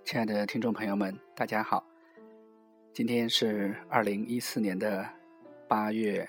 亲爱的听众朋友们，大家好。今天是2014年的8月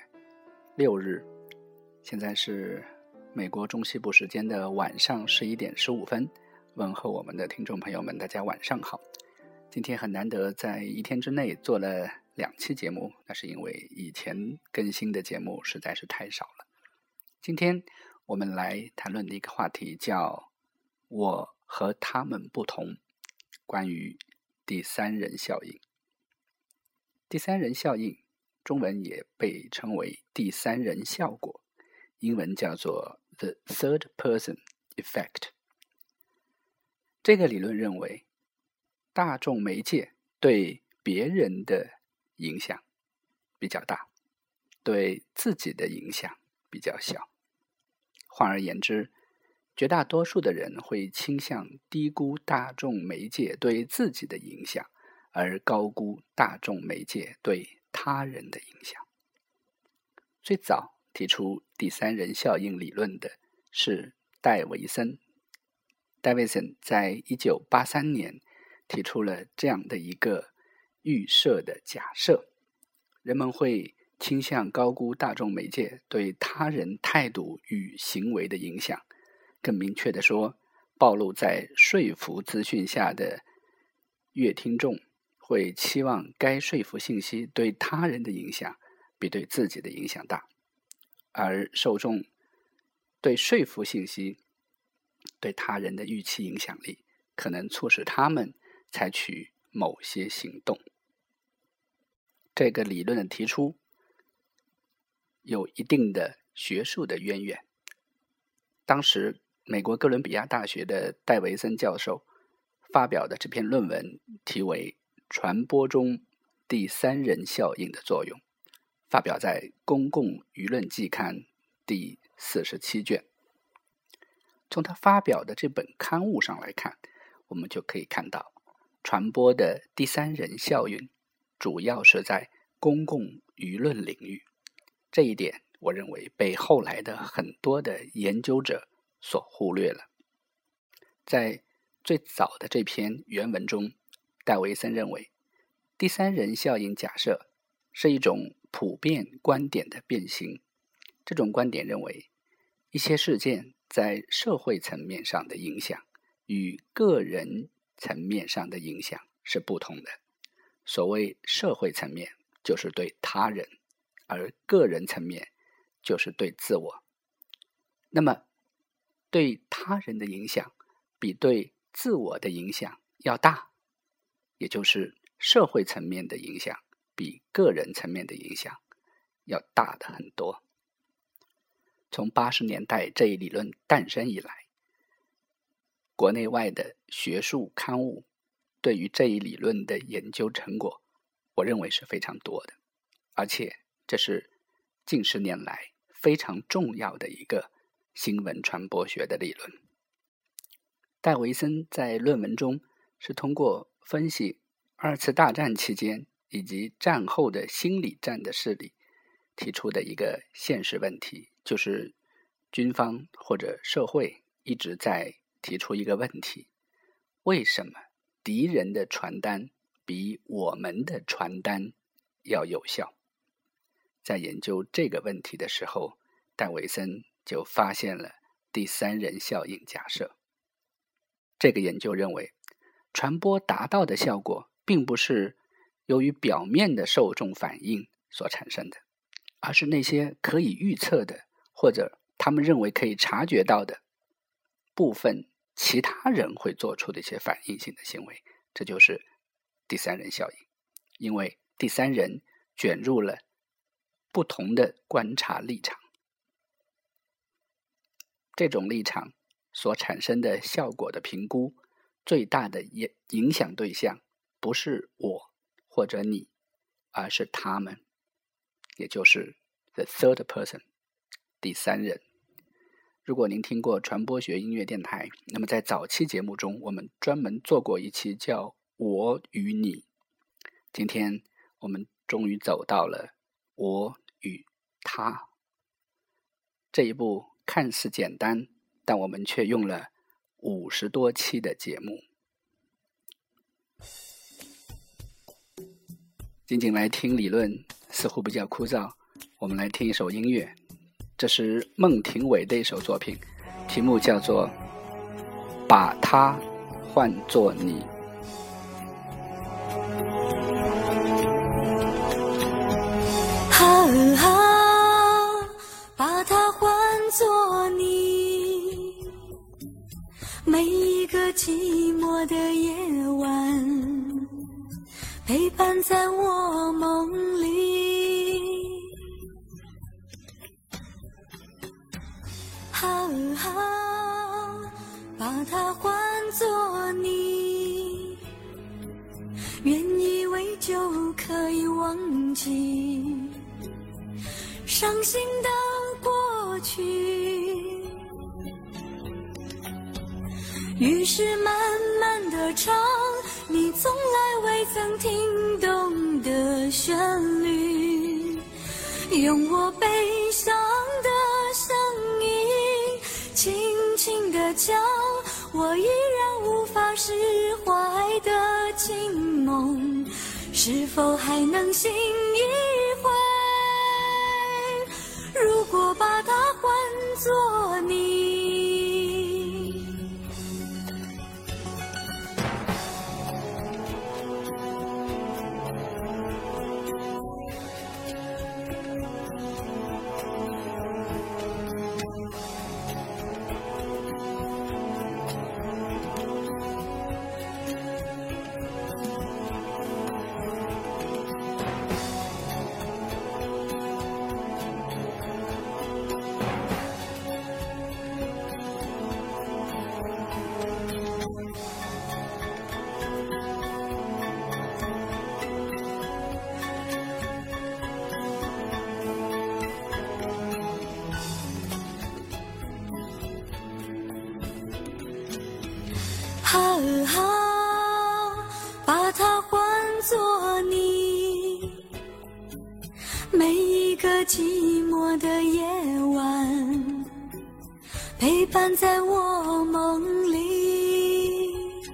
6日，现在是美国中西部时间的晚上11点15分。问候我们的听众朋友们，大家晚上好。今天很难得在一天之内做了2期节目，那是因为以前更新的节目实在是太少了。今天我们来谈论的一个话题叫我和他们不同，关于第三人效应。第三人效应中文也被称为第三人效果，英文叫做 The Third Person Effect。 这个理论认为大众媒介对别人的影响比较大，对自己的影响比较小。换而言之，绝大多数的人会倾向低估大众媒介对自己的影响，而高估大众媒介对他人的影响。最早提出第三人效应理论的是戴维森。戴维森在1983年提出了这样的一个预设的假设：人们会倾向高估大众媒介对他人态度与行为的影响。更明确地说，暴露在说服资讯下的乐听众会期望该说服信息对他人的影响比对自己的影响大，而受众对说服信息对他人的预期影响力可能促使他们采取某些行动。这个理论的提出有一定的学术的渊源。当时美国哥伦比亚大学的戴维森教授发表的这篇论文题为《传播中第三人效应的作用》，发表在《公共舆论季刊》第47卷。从他发表的这本刊物上来看，我们就可以看到传播的第三人效应主要是在公共舆论领域。这一点我认为被后来的很多的研究者所忽略了。在最早的这篇原文中，戴维森认为第三人效应假设是一种普遍观点的变形。这种观点认为，一些事件在社会层面上的影响与个人层面上的影响是不同的。所谓社会层面就是对他人，而个人层面就是对自我。那么对他人的影响比对自我的影响要大，也就是社会层面的影响比个人层面的影响要大的很多。从80年代这一理论诞生以来，国内外的学术刊物对于这一理论的研究成果，我认为是非常多的，而且这是近10年来非常重要的一个新闻传播学的理论。戴维森在论文中是通过分析2次大战期间以及战后的心理战的事例提出的一个现实问题，就是军方或者社会一直在提出一个问题：为什么敌人的传单比我们的传单要有效？在研究这个问题的时候，戴维森就发现了第三人效应假设。这个研究认为，传播达到的效果并不是由于表面的受众反应所产生的，而是那些可以预测的或者他们认为可以察觉到的部分其他人会做出的一些反应性的行为。这就是第三人效应，因为第三人卷入了不同的观察立场，这种立场所产生的效果的评估，最大的影响对象不是我或者你，而是他们，也就是 the third person， 第三人。如果您听过传播学音乐电台，那么在早期节目中，我们专门做过一期叫我与你。今天我们终于走到了我与他这一步，看似简单，但我们却用了50多期的节目。 仅仅来听理论似乎比较枯燥，我们来听一首音乐，这是孟庭苇的一首作品，题目叫做《把它换作你》。 把它换作你，每一个寂寞的夜晚，陪伴在我梦里。把它换作你，原以为就可以忘记伤心的过去，于是慢慢地唱你从来未曾听懂的旋律，用我悲伤的声音轻轻地讲我依然无法释怀的情梦，是否还能醒一回？如果把它换作你，把它换作你，每一个寂寞的夜晚，陪伴在我梦里。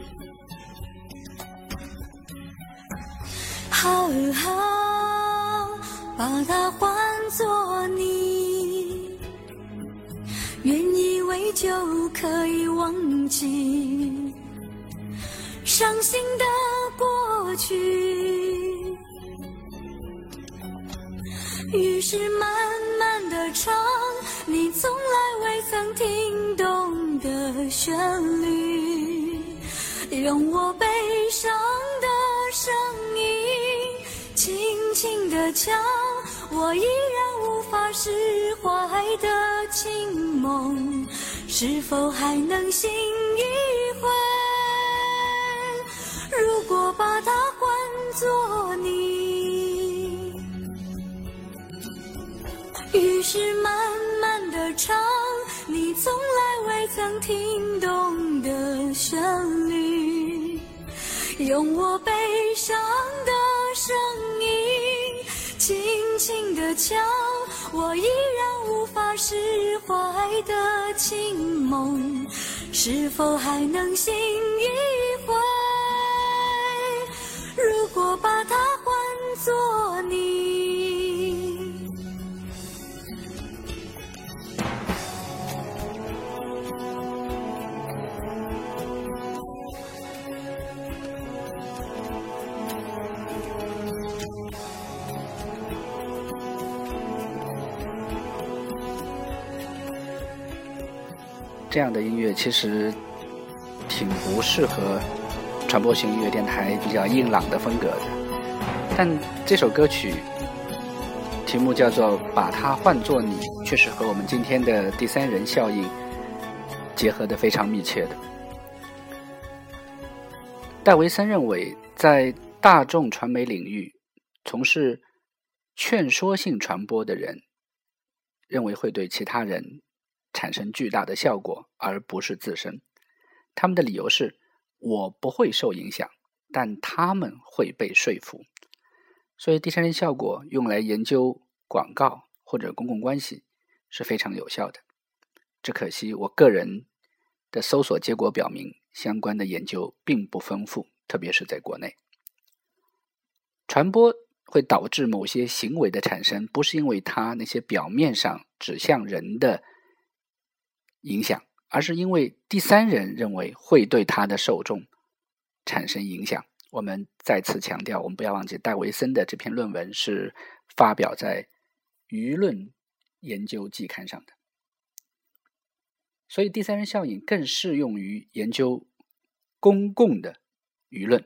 把它换作你，原以为就可以忘记伤心的过去，于是慢慢地唱你从来未曾听懂的旋律，用我悲伤的声音轻轻地讲我依然无法释怀的情梦，是否还能醒一回？如果把它换作你，于是慢慢地唱你从来未曾听懂的旋律，用我悲伤的声音轻轻地讲我依然无法释怀的情梦，是否还能醒一回？如果把它换作你， 这样的音乐其实挺不适合传播型音乐电台比较硬朗的风格的，但这首歌曲题目叫做《把它换作你》，却是和我们今天的第三人效应结合得非常密切的。戴维森认为，在大众传媒领域从事劝说性传播的人，认为会对其他人产生巨大的效果，而不是自身。他们的理由是，我不会受影响，但他们会被说服。所以第三人效果用来研究广告或者公共关系是非常有效的。只可惜我个人的搜索结果表明，相关的研究并不丰富， 特别是在国内。传播会导致某些行为的产生，不是因为它那些表面上指向人的影响，而是因为第三人认为会对他的受众产生影响。我们再次强调，我们不要忘记戴维森的这篇论文是发表在舆论研究季刊上的，所以第三人效应更适用于研究公共的舆论。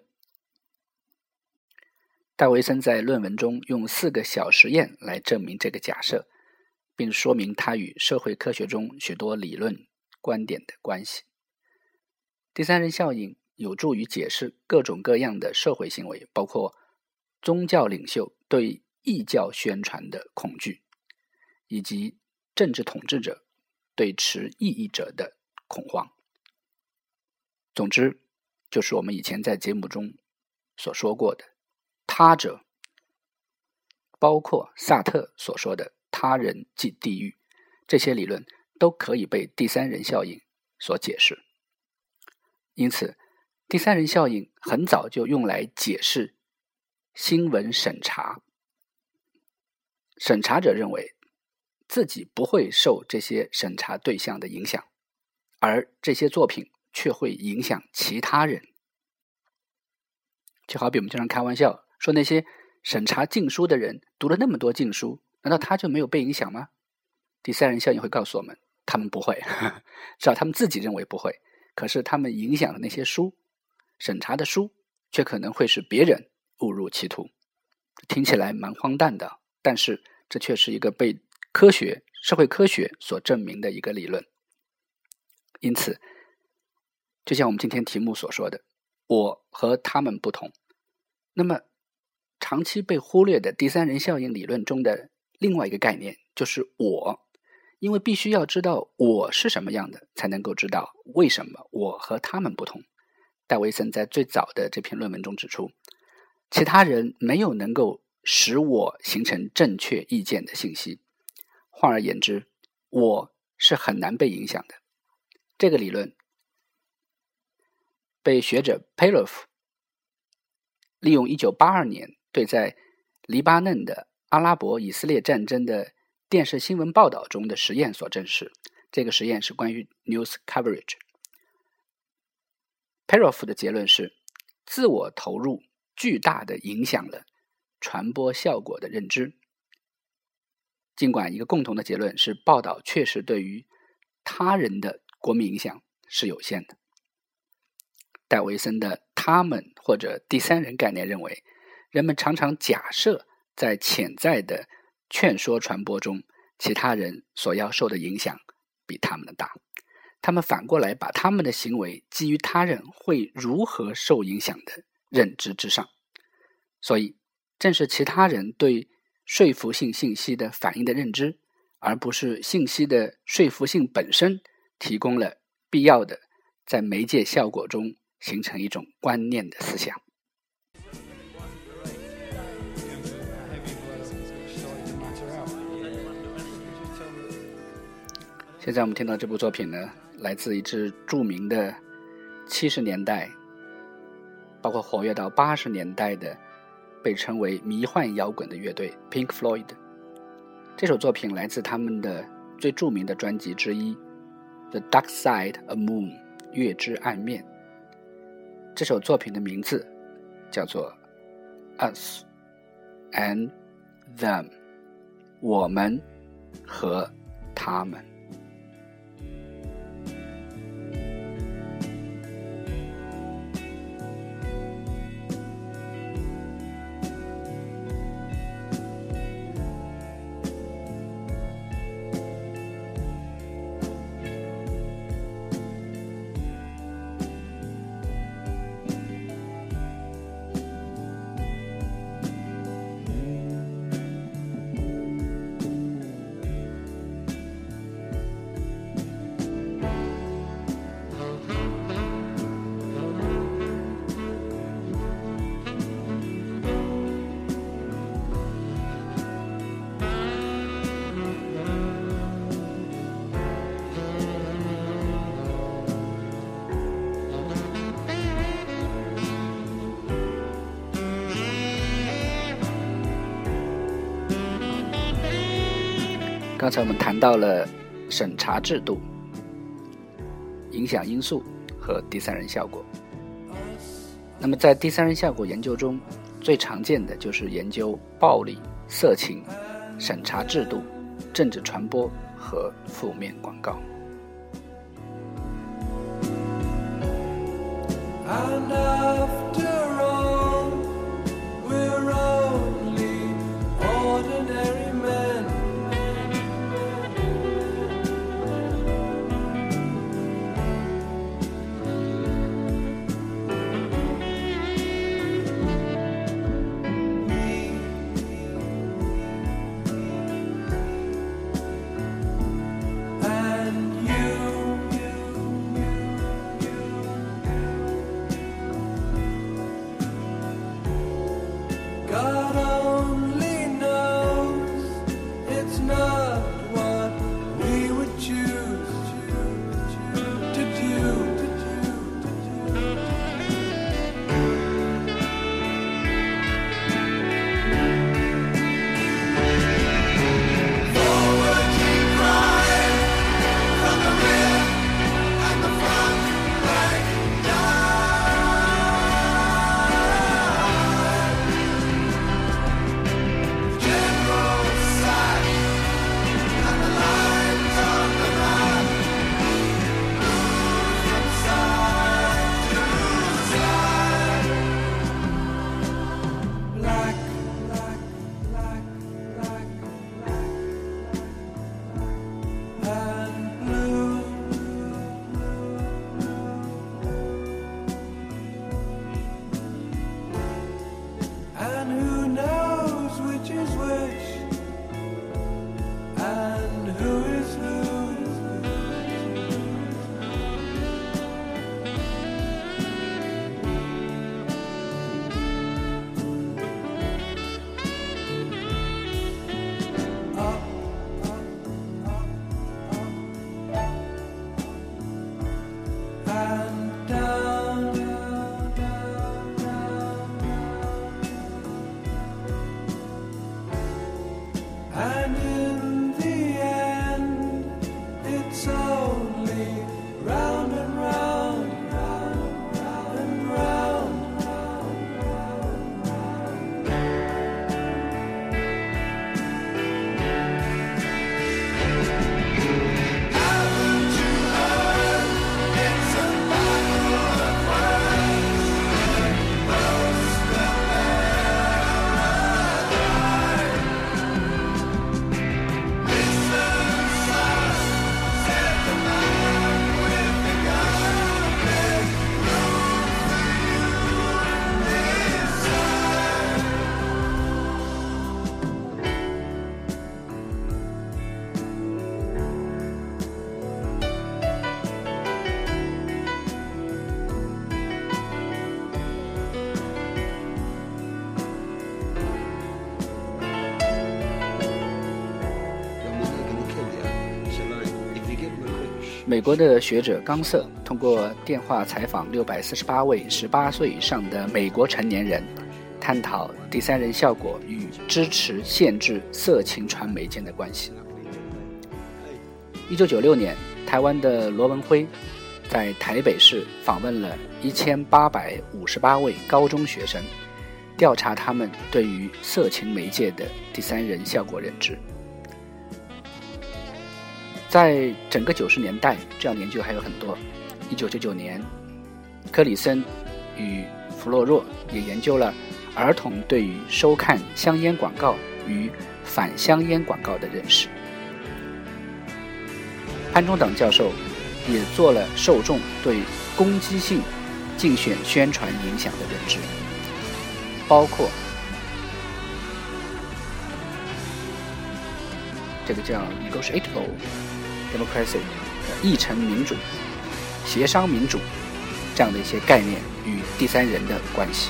戴维森在论文中用4个小实验来证明这个假设，并说明它与社会科学中许多理论观点的关系。第三人效应有助于解释各种各样的社会行为，包括宗教领袖对异教宣传的恐惧，以及政治统治者对持异议者的恐慌。总之，就是我们以前在节目中所说过的他者，包括萨特所说的他人即地狱，这些理论都可以被第三人效应所解释。因此，第三人效应很早就用来解释新闻审查。审查者认为自己不会受这些审查对象的影响，而这些作品却会影响其他人。就好比我们经常开玩笑说，那些审查禁书的人读了那么多禁书，难道他就没有被影响吗？第三人效应会告诉我们，他们不会，至少他们自己认为不会，可是他们影响的那些书，审查的书，却可能会使别人误入歧途。听起来蛮荒诞的，但是这却是一个被社会科学所证明的一个理论。因此，就像我们今天题目所说的，我和他们不同。那么，长期被忽略的第三人效应理论中的另外一个概念就是我，因为必须要知道我是什么样的，才能够知道为什么我和他们不同。戴维森在最早的这篇论文中指出，其他人没有能够使我形成正确意见的信息，换而言之，我是很难被影响的。这个理论被学者 Perloff 利用1982年对在黎巴嫩的阿拉伯以色列战争的电视新闻报道中的实验所证实。这个实验是关于 news coverage。 Perloff 的结论是，自我投入巨大地影响了传播效果的认知。尽管一个共同的结论是，报道确实对于他人的国民影响是有限的。戴维森的他们或者第三人概念认为，人们常常假设在潜在的劝说传播中，其他人所要受的影响比他们的大。他们反过来把他们的行为基于他人会如何受影响的认知之上。所以，正是其他人对说服性信息的反应的认知，而不是信息的说服性本身，提供了必要的在媒介效果中形成一种观念的思想。现在我们听到这部作品呢，来自一支著名的70年代，包括活跃到80年代的被称为迷幻摇滚的乐队 Pink Floyd。 这首作品来自他们的最著名的专辑之一 The Dark Side of Moon 月之暗面。这首作品的名字叫做 Us and Them， 我们和他们。 刚才我们谈到了审查制度、影响因素和第三人效果。那么在第三人效果研究中，最常见的就是研究暴力、色情、审查制度、政治传播和负面广告。 And after all, we're only ordinary men. God only knows it's not what we would choose to do. Forward you cry from the rear and the front rank General sight and the lines on the map move from side to side. Black, black, black, black, black, and blue. And who knows which is which, and who is who. Up, and down, and in the end, it's only round and round, round, round and round, round, round, round. Haven't you heard? It's a battle of words. Most will never arrive. Listen, son, said the man with the gun. There's room for you inside. If you give them a quick 美国的学者冈瑟通过电话采访648位18岁以上的美国成年人，探讨第三人效果与支持限制色情传媒间的关系。1996年，台湾的罗文辉在台北市访问了1858位高中学生，调查他们对于色情媒介的第三人效果认知。在整个90年代，这样的研究还有很多。1999年，科里森与弗洛若也研究了儿童对于收看香烟广告与反香烟广告的认识。潘中等教授也做了受众对攻击性竞选宣传影响的认知，包括这个叫 negotiable democracy 议程民主、协商民主这样的一些概念与第三人的关系。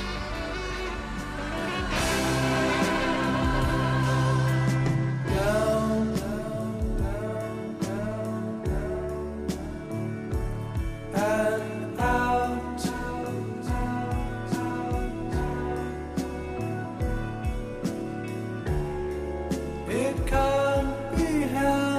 It can't be helped.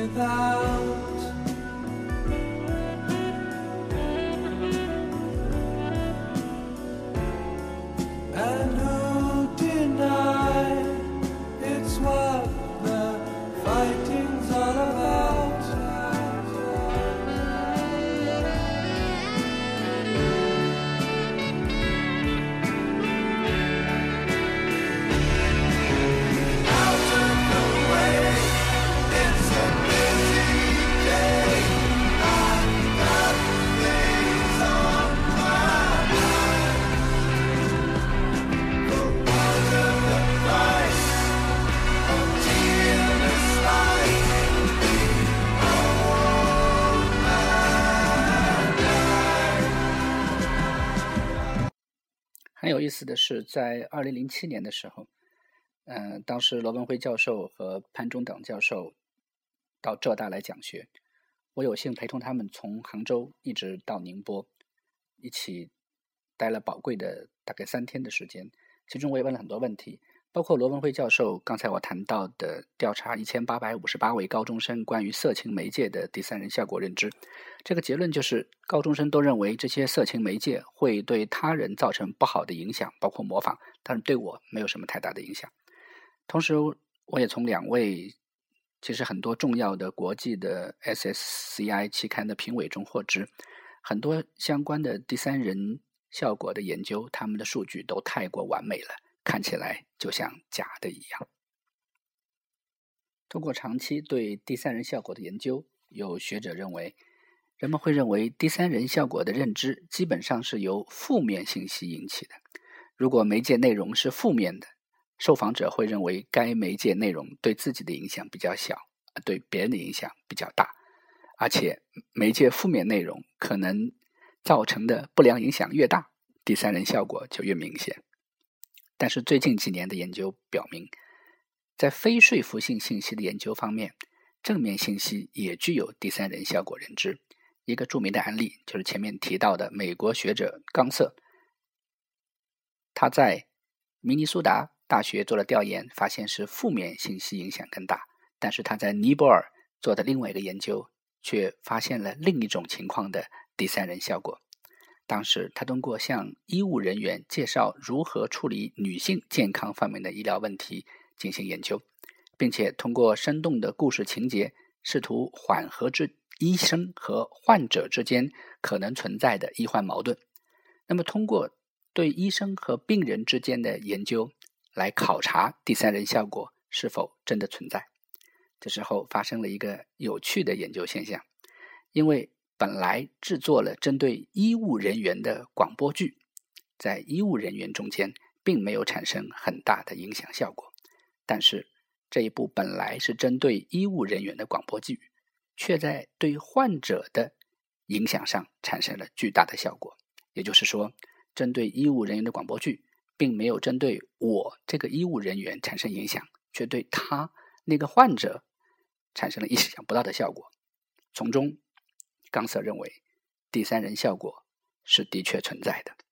without. And who denied it's what the fighting's all about? Out of the way, it's a busy day. I've got things on my mind. For what of the price of tea in this life? I won't die. 很有意思的是，在2007年的时候，当时罗文辉教授和潘忠等教授到浙大来讲学，我有幸陪同他们从杭州一直到宁波，一起待了宝贵的大概3天的时间。其中我也问了很多问题，包括罗文辉教授刚才我谈到的调查1858位高中生关于色情媒介的第三人效果认知。这个结论就是高中生都认为这些色情媒介会对他人造成不好的影响，包括模仿，但是对我没有什么太大的影响。同时我也从2位其实很多重要的国际的 SSCI 期刊的评委中获知，很多相关的第三人效果的研究，他们的数据都太过完美了，看起来就像假的一样。通过长期对第三人效果的研究，有学者认为，人们会认为第三人效果的认知基本上是由负面信息引起的。如果媒介内容是负面的，受访者会认为该媒介内容对自己的影响比较小，对别人的影响比较大，而且媒介负面内容可能造成的不良影响越大，第三人效果就越明显。但是最近几年的研究表明，在非说服性信息的研究方面，正面信息也具有第三人效果认知。一个著名的案例就是前面提到的美国学者冈瑟，他在明尼苏达大学做了调研，发现是负面信息影响更大，但是他在尼泊尔做的另外一个研究却发现了另一种情况的第三人效果。当时他通过向医务人员介绍如何处理女性健康方面的医疗问题进行研究，并且通过生动的故事情节试图缓和医生和患者之间可能存在的医患矛盾。那么通过对医生和病人之间的研究来考察第三人效果是否真的存在。这时候发生了一个有趣的研究现象，因为本来制作了针对医务人员的广播剧，在医务人员中间并没有产生很大的影响效果，但是这一部本来是针对医务人员的广播剧，却在对患者的影响上产生了巨大的效果。也就是说，针对医务人员的广播剧并没有针对我这个医务人员产生影响，却对他那个患者产生了意想不到的效果。从中冈瑟认为第三人效果是的确存在的。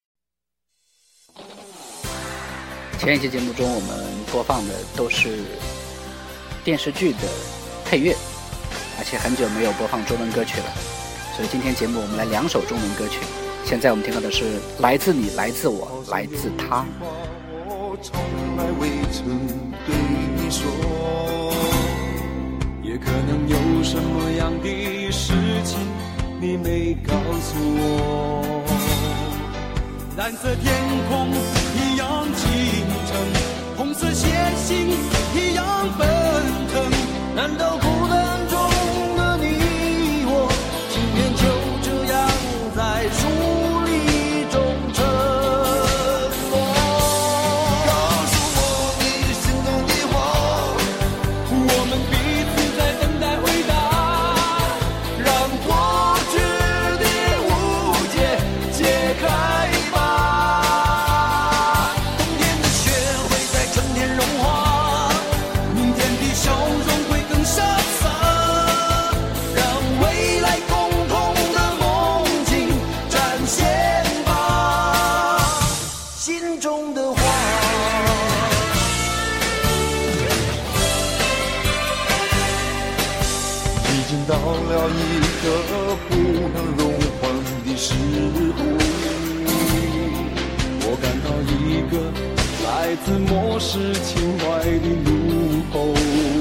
前一期节目中我们播放的都是电视剧的配乐，而且很久没有播放中文歌曲了，所以今天节目我们来2首中文歌曲。现在我们听到的是来自你，来自我，来自他。 我从来未曾对你说，也可能有什么样的事情你没告诉我。蓝色天空一样清澈，红色血腥一样奔腾，难道孤单中的你我今天就这样在疏离中沉默？告诉我你心中的话，我们彼此在等待回答，让过去的误解解开吧。冬天的雪会在春天融化，明天的笑容会更潇洒。 了一个不能融化的石头，我感到一个来自末世情怀的怒吼。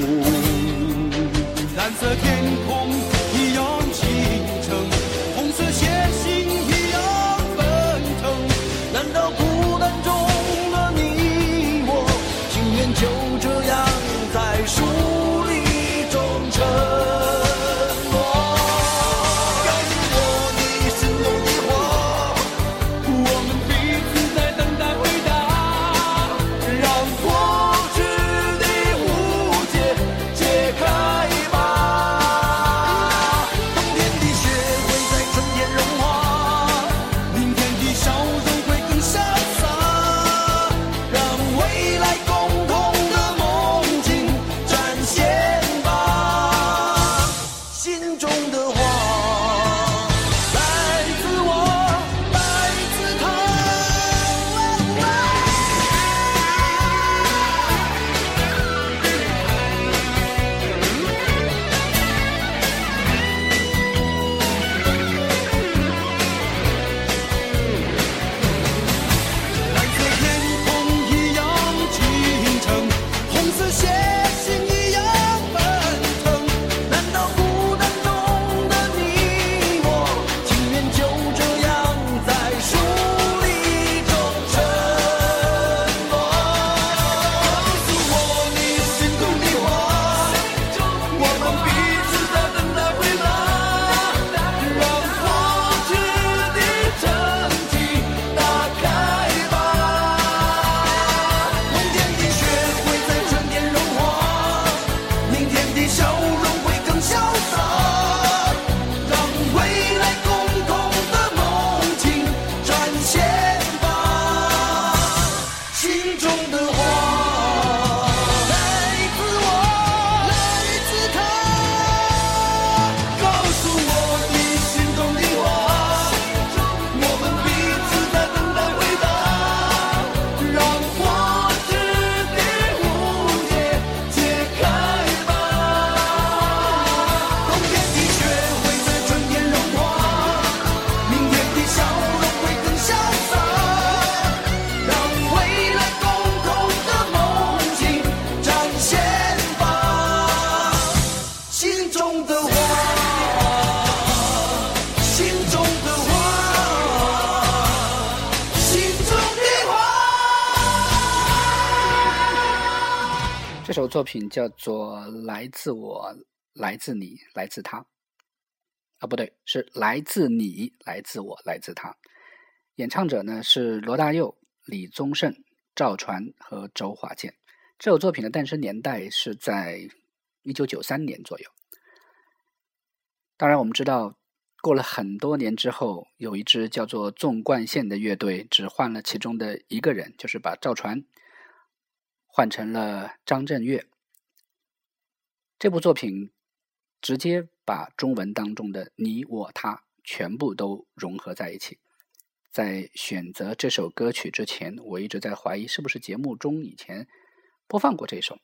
蓝色天空一样清澈，红色血腥一样奔腾，难道孤单中的你我情愿就这样在树林中沉默？告诉我你心中的话，我们彼此在等待回答，让过去的误解解开吧。冬天的雪会在春天融化，明天的笑容会更潇洒，让未来共同的梦境展现吧。心中的话来自我，来自他。蓝色天空一样清澈，红色血腥一样奔腾，难道孤单中的你我情愿就这样在树林中沉默？告诉我你心中的话，我们彼此在等待回答，让过去的曾经打开吧。冬天的雪会在春天融化，明天的笑容会更潇洒，让未来共同的梦境展现吧。心中的话来自我，来自他，告诉我你心中的话，我们彼此在等待回答，让过去的误解解开吧。冬天的雪会在春天融化，明天的笑容会更潇洒，让未来共同的梦境展现吧。心中的话，心中的话，心中的话。 这首作品叫做《来自我，来自你，来自他》。不对，是来自你，来自我，来自他。演唱者呢是罗大佑、李宗盛、赵传和周华健。这首作品的诞生年代是在1993年左右。当然我们知道，过了很多年之后，有一支叫做纵贯线的乐队只换了其中的一个人，就是把赵传换成了张震岳。这部作品直接把中文当中的你我他全部都融合在一起。在选择这首歌曲之前，我一直在怀疑是不是节目中以前播放过这首。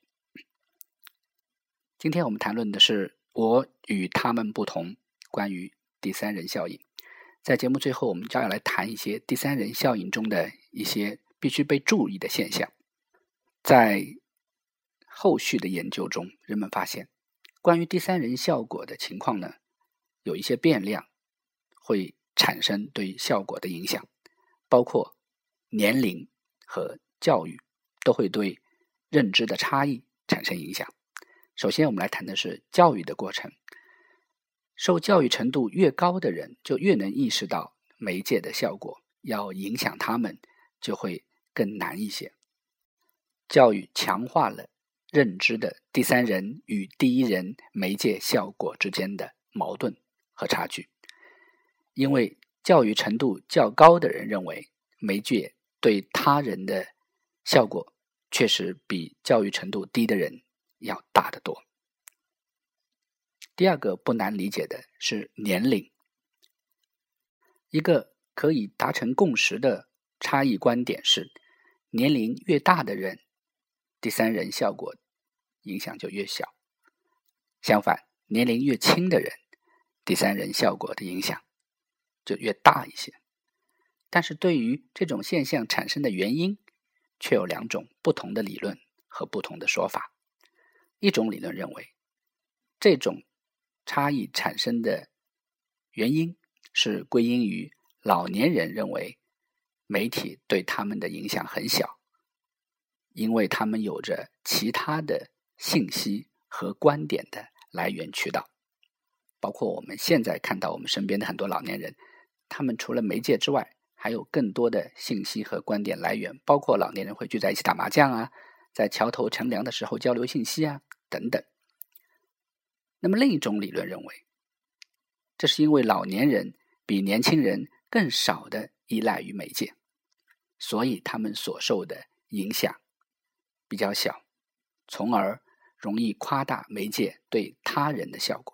今天我们谈论的是我与他们不同，关于第三人效应。在节目最后，我们就要来谈一些第三人效应中的一些必须被注意的现象。在后续的研究中，人们发现关于第三人效果的情况呢，有一些变量会产生对效果的影响，包括年龄和教育都会对认知的差异产生影响。首先我们来谈的是教育的过程。受教育程度越高的人就越能意识到媒介的效果，要影响他们就会更难一些。教育强化了认知的第三人与第一人媒介效果之间的矛盾和差距。因为教育程度较高的人认为媒介对他人的效果确实比教育程度低的人要大得多。第二个不难理解的是年龄。一个可以达成共识的差异观点是，年龄越大的人，第三人效果影响就越小。相反，年龄越轻的人， 第三人效果的影响就越大一些。但是对于这种现象产生的原因，却有两种不同的理论和不同的说法。一种理论认为，这种差异产生的原因是归因于老年人认为媒体对他们的影响很小，因为他们有着其他的信息和观点的来源渠道。包括我们现在看到我们身边的很多老年人，他们除了媒介之外，还有更多的信息和观点来源，包括老年人会聚在一起打麻将啊，在桥头乘凉的时候交流信息啊等等。那么另一种理论认为，这是因为老年人比年轻人更少的依赖于媒介，所以他们所受的影响比较小，从而容易夸大媒介对他人的效果。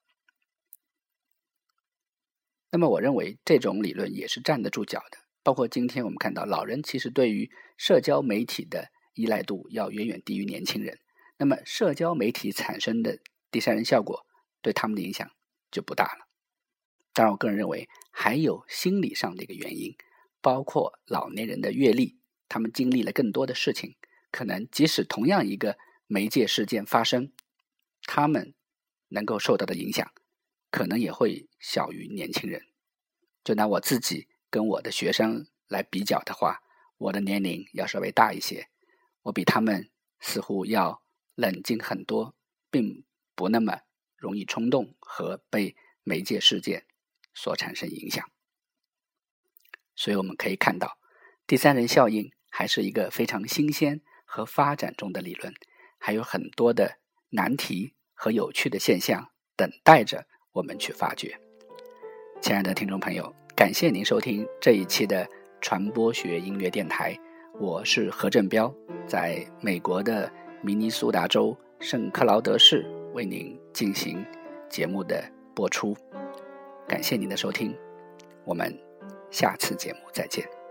那么我认为这种理论也是站得住脚的，包括今天我们看到老人其实对于社交媒体的依赖度要远远低于年轻人，那么社交媒体产生的第三人效果对他们的影响就不大了。当然我个人认为还有心理上的一个原因，包括老年人的阅历，他们经历了更多的事情，可能即使同样一个媒介事件发生，他们能够受到的影响可能也会小于年轻人。就拿我自己跟我的学生来比较的话，我的年龄要稍微大一些，我比他们似乎要冷静很多，并不那么容易冲动和被媒介事件所产生影响。所以我们可以看到，第三人效应还是一个非常新鲜和发展中的理论，还有很多的难题和有趣的现象等待着我们去发掘。亲爱的听众朋友，感谢您收听这一期的传播学音乐电台，我是何振彪，在美国的明尼苏达州圣克劳德市为您进行节目的播出。感谢您的收听，我们下次节目再见。